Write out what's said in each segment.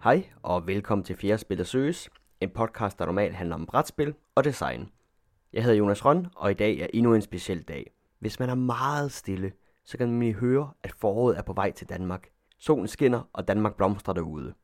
Hej og velkommen til Fjerde Spil, der søges, en podcast, der normalt handler om brætspil og design. Jeg hedder Jonas Røn, og i dag er endnu en speciel dag. Hvis man er meget stille, så kan man høre, at foråret er på vej til Danmark. Solen skinner, og Danmark blomstrer derude.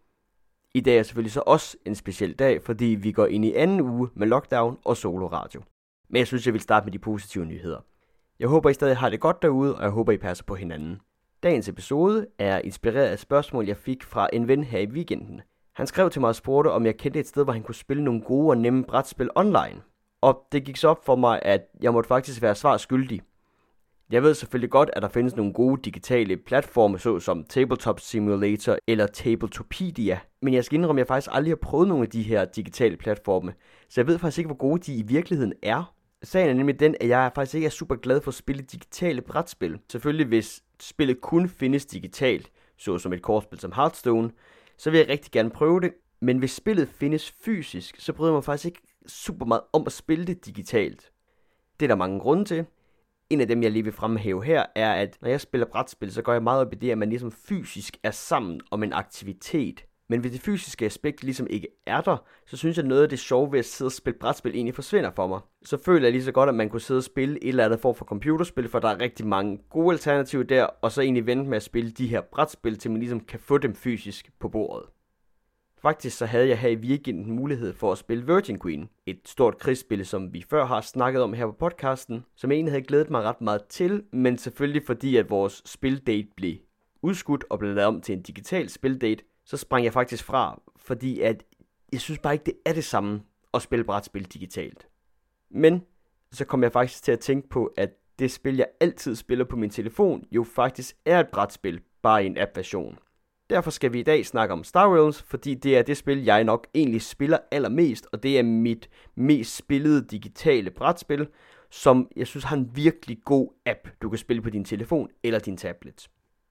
I dag er selvfølgelig så også en speciel dag, fordi vi går ind i anden uge med lockdown og soloradio. Men jeg synes, jeg vil starte med de positive nyheder. Jeg håber, I stadig har det godt derude, og jeg håber, I passer på hinanden. Dagens episode er inspireret af et spørgsmål, jeg fik fra en ven her i weekenden. Han skrev til mig og spurgte, om jeg kendte et sted, hvor han kunne spille nogle gode og nemme brætspil online. Og det gik så op for mig, at jeg måtte faktisk være svar skyldig. Jeg ved selvfølgelig godt, at der findes nogle gode digitale platforme, såsom Tabletop Simulator eller Tabletopedia. Men jeg skal indrømme, at jeg faktisk aldrig har prøvet nogle af de her digitale platforme. Så jeg ved faktisk ikke, hvor gode de i virkeligheden er. Sagen er nemlig den, at jeg faktisk ikke er super glad for at spille digitale brætspil. Selvfølgelig hvis spillet kun findes digitalt, såsom et kortspil som Hearthstone, så vil jeg rigtig gerne prøve det. Men hvis spillet findes fysisk, så bryder jeg mig faktisk ikke super meget om at spille det digitalt. Det er der mange grunde til. En af dem, jeg lige vil fremhæve her, er, at når jeg spiller brætspil, så går jeg meget op i det, at man ligesom fysisk er sammen om en aktivitet. Men hvis det fysiske aspekt ligesom ikke er der, så synes jeg, at noget af det sjove ved at sidde og spille brætspil egentlig forsvinder for mig. Så føler jeg lige så godt, at man kunne sidde og spille et eller andet form for computerspil, for der er rigtig mange gode alternativer der, og så egentlig vente med at spille de her brætspil, til man ligesom kan få dem fysisk på bordet. Faktisk så havde jeg her i weekenden mulighed for at spille Virgin Queen, et stort krigsspil, som vi før har snakket om her på podcasten, som jeg egentlig havde glædet mig ret meget til, men selvfølgelig fordi at vores spildate blev udskudt og blev lavet om til en digital spildate, så sprang jeg faktisk fra, fordi at jeg synes bare ikke, det er det samme at spille brætspil digitalt. Men så kom jeg faktisk til at tænke på, at det spil, jeg altid spiller på min telefon, jo faktisk er et brætspil, bare i en app-version. Derfor skal vi i dag snakke om Star Realms, fordi det er det spil, jeg nok egentlig spiller allermest, og det er mit mest spillede digitale brætspil, som jeg synes har en virkelig god app, du kan spille på din telefon eller din tablet.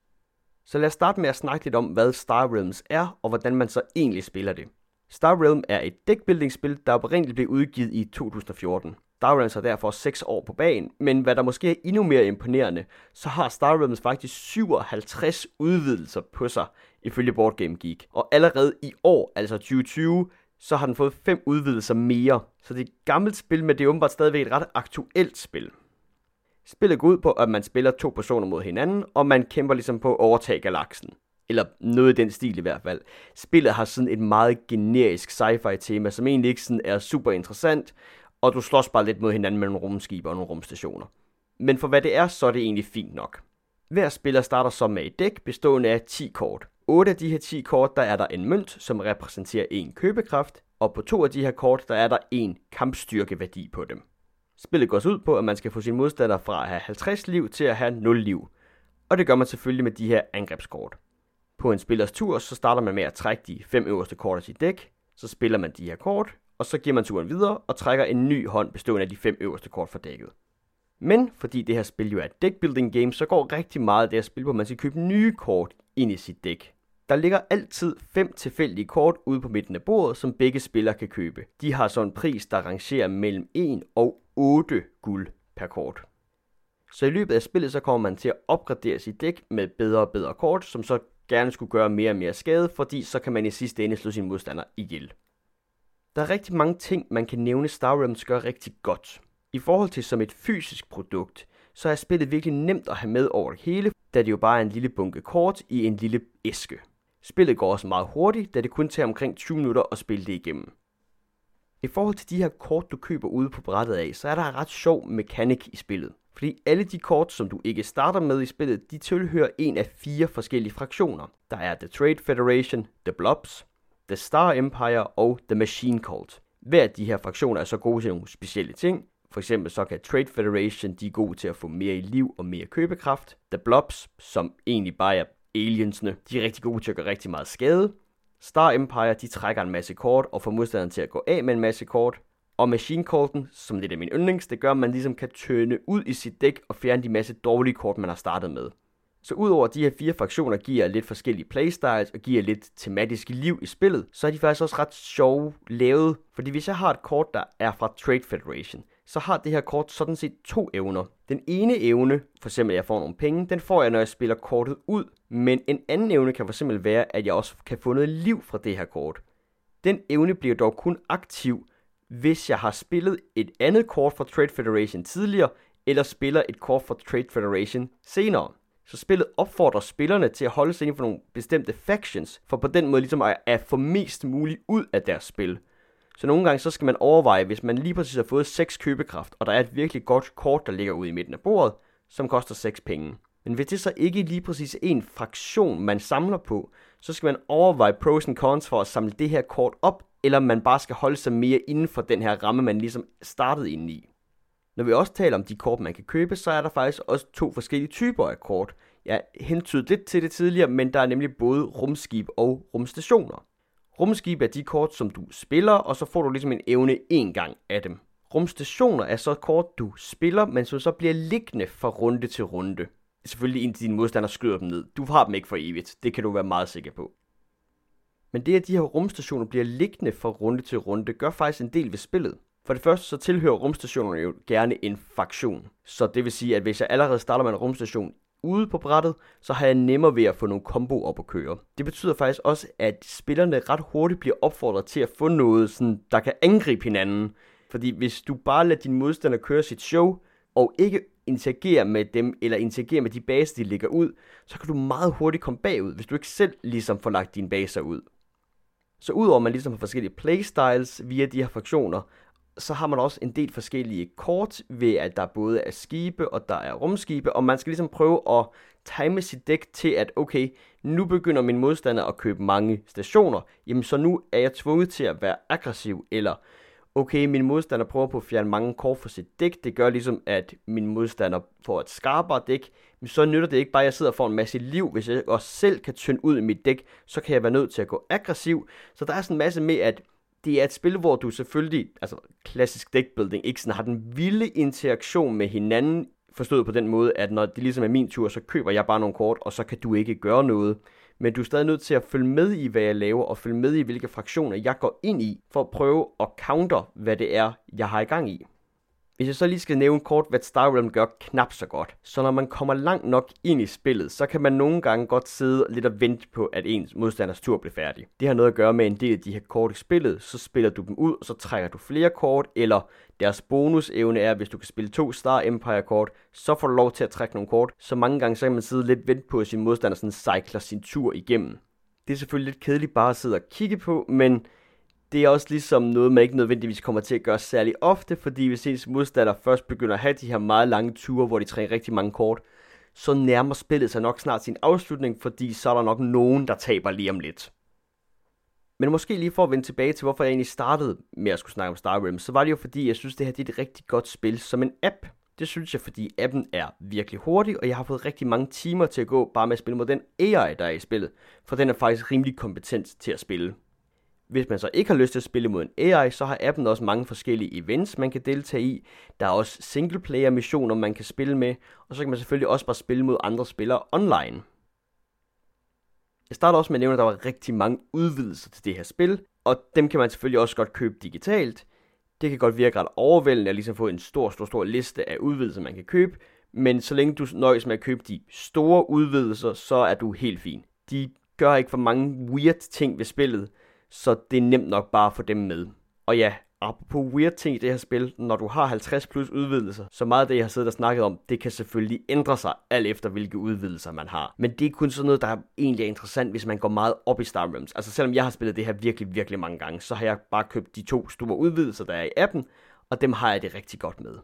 Så lad os starte med at snakke lidt om, hvad Star Realms er, og hvordan man så egentlig spiller det. Star Realms er et deckbuilding-spil, der oprindeligt blev udgivet i 2014. Star Realms har derfor 6 år på bagen, men hvad der måske er endnu mere imponerende, så har Star Realms faktisk 57 udvidelser på sig, ifølge Board Game Geek. Og allerede i år, altså 2020, så har den fået 5 udvidelser mere. Så det er et gammelt spil, men det er åbenbart stadigvæk et ret aktuelt spil. Spillet går ud på, at man spiller 2 personer mod hinanden, og man kæmper ligesom på at overtage galaksen. Eller noget i den stil i hvert fald. Spillet har sådan et meget generisk sci-fi tema, som egentlig ikke sådan er super interessant, og du slås bare lidt mod hinanden med nogle rumskibe og nogle rumstationer. Men for hvad det er, så er det egentlig fint nok. Hver spiller starter så med et dæk bestående af 10 kort. 8 af de her 10 kort, der er der en mønt, som repræsenterer en købekraft, og på 2 af de her kort, der er der en kampstyrkeværdi på dem. Spillet går så ud på, at man skal få sine modstandere fra at have 50 liv til at have 0 liv. Og det gør man selvfølgelig med de her angrebskort. På en spillers tur, så starter man med at trække de 5 øverste kort af sit dæk. Så spiller man de her kort, og så giver man turen videre og trækker en ny hånd bestående af de 5 øverste kort fra dækket. Men fordi det her spil jo er et deckbuilding game, så går rigtig meget af det her spil på, at man skal købe nye kort ind i sit dæk. Der ligger altid 5 tilfældige kort ude på midten af bordet, som begge spillere kan købe. De har så en pris, der rangerer mellem 1 og 8 guld per kort. Så i løbet af spillet, så kommer man til at opgradere sit dæk med bedre og bedre kort, som så gerne skulle gøre mere og mere skade, fordi så kan man i sidste ende slå sine modstandere ihjel. Der er rigtig mange ting, man kan nævne Star Realms gør rigtig godt. I forhold til som et fysisk produkt, så er spillet virkelig nemt at have med over det hele, da det jo bare er en lille bunke kort i en lille æske. Spillet går også meget hurtigt, da det kun tager omkring 20 minutter at spille det igennem. I forhold til de her kort, du køber ude på brættet af, så er der en ret sjov mekanik i spillet. Fordi alle de kort, som du ikke starter med i spillet, de tilhører en af 4 forskellige fraktioner. Der er The Trade Federation, The Blobs, The Star Empire og The Machine Cult. Hver af de her fraktioner er så gode til nogle specielle ting. For eksempel så kan Trade Federation, de er gode til at få mere i liv og mere købekraft. The Blobs, som egentlig bare er aliensene, de er rigtig gode til at gøre rigtig meget skade. Star Empire, de trækker en masse kort og får modstanderen til at gå af med en masse kort. Og Machine Culten, som lidt af min yndlings, det gør, at man ligesom kan tøne ud i sit dæk og fjerne de masse dårlige kort, man har startet med. Så udover at de her 4 fraktioner giver lidt forskellige playstyles og giver lidt tematiske liv i spillet, så er de faktisk også ret sjove lavet. Fordi hvis jeg har et kort, der er fra Trade Federation, så har det her kort sådan set 2 evner. Den ene evne, for eksempel at jeg får nogle penge, den får jeg, når jeg spiller kortet ud. Men en anden evne kan for eksempel være, at jeg også kan få noget liv fra det her kort. Den evne bliver dog kun aktiv, hvis jeg har spillet et andet kort fra Trade Federation tidligere, eller spiller et kort fra Trade Federation senere. Så spillet opfordrer spillerne til at holde sig inden for nogle bestemte factions, for på den måde ligesom at få mest muligt ud af deres spil. Så nogle gange så skal man overveje, hvis man lige præcis har fået 6 købekraft, og der er et virkelig godt kort, der ligger ude i midten af bordet, som koster 6 penge. Men hvis det så ikke lige præcis er en fraktion, man samler på, så skal man overveje pros and cons for at samle det her kort op, eller man bare skal holde sig mere inden for den her ramme, man ligesom startede inde i. Når vi også taler om de kort, man kan købe, så er der faktisk også 2 forskellige typer af kort. Jeg hentydede lidt til det tidligere, men der er nemlig både rumskib og rumstationer. Rumskib er de kort, som du spiller, og så får du ligesom en evne én gang af dem. Rumstationer er så kort, du spiller, men som så bliver liggende fra runde til runde. Selvfølgelig indtil dine modstandere skyder dem ned. Du har dem ikke for evigt, det kan du være meget sikker på. Men det, at de her rumstationer bliver liggende fra runde til runde, gør faktisk en del ved spillet. For det første så tilhører rumstationerne jo gerne en fraktion. Så det vil sige, at hvis jeg allerede starter med en rumstation ude på brættet, så har jeg nemmere ved at få nogle kombo op at køre. Det betyder faktisk også, at spillerne ret hurtigt bliver opfordret til at få noget, sådan, der kan angribe hinanden. Fordi hvis du bare lader din modstander køre sit show, og ikke interagere med dem, eller interagere med de baser, de ligger ud, så kan du meget hurtigt komme bagud, hvis du ikke selv ligesom får lagt dine baser ud. Så udover at man ligesom har forskellige playstyles via de her fraktioner, så har man også en del forskellige kort ved, at der både er skibe og der er rumskibe, og man skal ligesom prøve at time sit dæk til, at okay, nu begynder min modstander at købe mange stationer, jamen så nu er jeg tvunget til at være aggressiv, eller okay, min modstander prøver på at fjerne mange kort fra sit dæk, det gør ligesom, at min modstander får et skarpere dæk, men så nytter det ikke bare, at jeg sidder og får en masse liv, hvis jeg også selv kan tynde ud i mit dæk, så kan jeg være nødt til at gå aggressiv, så der er sådan en masse med, at det er et spil, hvor du selvfølgelig, altså klassisk deckbuilding, ikke sådan har den vilde interaktion med hinanden, forstået på den måde, at når det ligesom er min tur, så køber jeg bare nogle kort, og så kan du ikke gøre noget. Men du er stadig nødt til at følge med i, hvad jeg laver, og følge med i, hvilke fraktioner jeg går ind i, for at prøve at counter, hvad det er, jeg har i gang i. Hvis jeg så lige skal nævne kort, hvad Star Realm gør knap så godt, så når man kommer langt nok ind i spillet, så kan man nogle gange godt sidde lidt og vente på, at ens modstanders tur bliver færdig. Det har noget at gøre med en del af de her kort i spillet, så spiller du dem ud, og så trækker du flere kort, eller deres bonusevne er, hvis du kan spille 2 Star Empire kort, så får du lov til at trække nogle kort, så mange gange så kan man sidde lidt vente på, at sin modstander sådan cykler sin tur igennem. Det er selvfølgelig lidt kedeligt bare at sidde og kigge på, men det er også ligesom noget, man ikke nødvendigvis kommer til at gøre særlig ofte, fordi hvis ens modstander først begynder at have de her meget lange ture, hvor de træner rigtig mange kort, så nærmer spillet sig nok snart sin afslutning, fordi så er der nok nogen, der taber lige om lidt. Men måske lige for at vende tilbage til, hvorfor jeg egentlig startede med at skulle snakke om Star Realm, så var det jo fordi, jeg synes, det her det er et rigtig godt spil som en app. Det synes jeg, fordi appen er virkelig hurtig, og jeg har fået rigtig mange timer til at gå bare med at spille mod den AI, der er i spillet, for den er faktisk rimelig kompetent til at spille. Hvis man så ikke har lyst til at spille mod en AI, så har appen også mange forskellige events, man kan deltage i. Der er også singleplayer missioner, man kan spille med, og så kan man selvfølgelig også bare spille mod andre spillere online. Jeg starter også med at nævne, at der var rigtig mange udvidelser til det her spil, og dem kan man selvfølgelig også godt købe digitalt. Det kan godt virke ret overvældende at ligesom få en stor liste af udvidelser, man kan købe, men så længe du nøjes med at købe de store udvidelser, så er du helt fin. De gør ikke for mange weird ting ved spillet, så det er nemt nok bare at få dem med. Og ja, apropos weird ting i det her spil, når du har 50 plus udvidelser, så meget af det, jeg har siddet og snakket om, det kan selvfølgelig ændre sig, alt efter hvilke udvidelser man har. Men det er kun sådan noget, der egentlig er interessant, hvis man går meget op i Star Realms. Altså selvom jeg har spillet det her virkelig mange gange, så har jeg bare købt de 2 store udvidelser, der er i appen, og dem har jeg det rigtig godt med.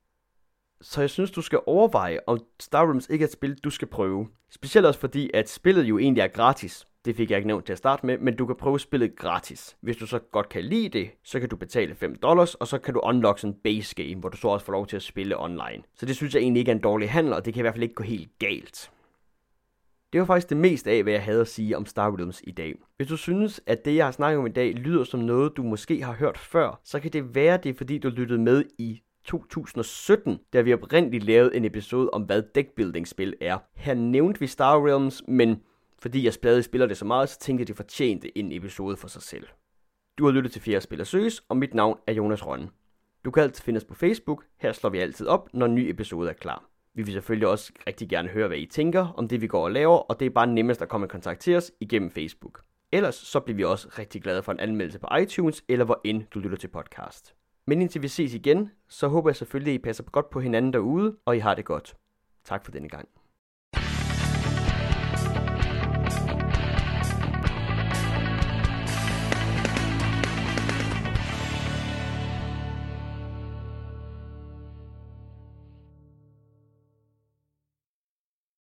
Så jeg synes, du skal overveje, om Star Realms ikke er et spil, du skal prøve. Specielt også fordi, at spillet jo egentlig er gratis. Det fik jeg ikke nævnt til at starte med, men du kan prøve spillet gratis. Hvis du så godt kan lide det, så kan du betale $5, og så kan du unlock sådan en base game, hvor du så også får lov til at spille online. Så det synes jeg egentlig ikke er en dårlig handel, og det kan i hvert fald ikke gå helt galt. Det var faktisk det meste af, hvad jeg havde at sige om Star Realms i dag. Hvis du synes, at det, jeg har snakket om i dag, lyder som noget, du måske har hørt før, så kan det være, det er fordi, du lyttede med i 2017, da vi oprindeligt lavede en episode om, hvad deckbuilding-spil er. Her nævnte vi Star Realms, men fordi jeg stadig spiller det så meget, så tænkte jeg, det fortjente en episode for sig selv. Du har lyttet til 4. Spiller Søges, og mit navn er Jonas Rønne. Du kan altid finde os på Facebook. Her slår vi altid op, når en ny episode er klar. Vi vil selvfølgelig også rigtig gerne høre, hvad I tænker om det, vi går og laver, og det er bare nemmest at komme og kontaktere os igennem Facebook. Ellers så bliver vi også rigtig glade for en anmeldelse på iTunes, eller hvor end du lytter til podcast. Men indtil vi ses igen, så håber jeg selvfølgelig, at I passer godt på hinanden derude, og I har det godt. Tak for denne gang.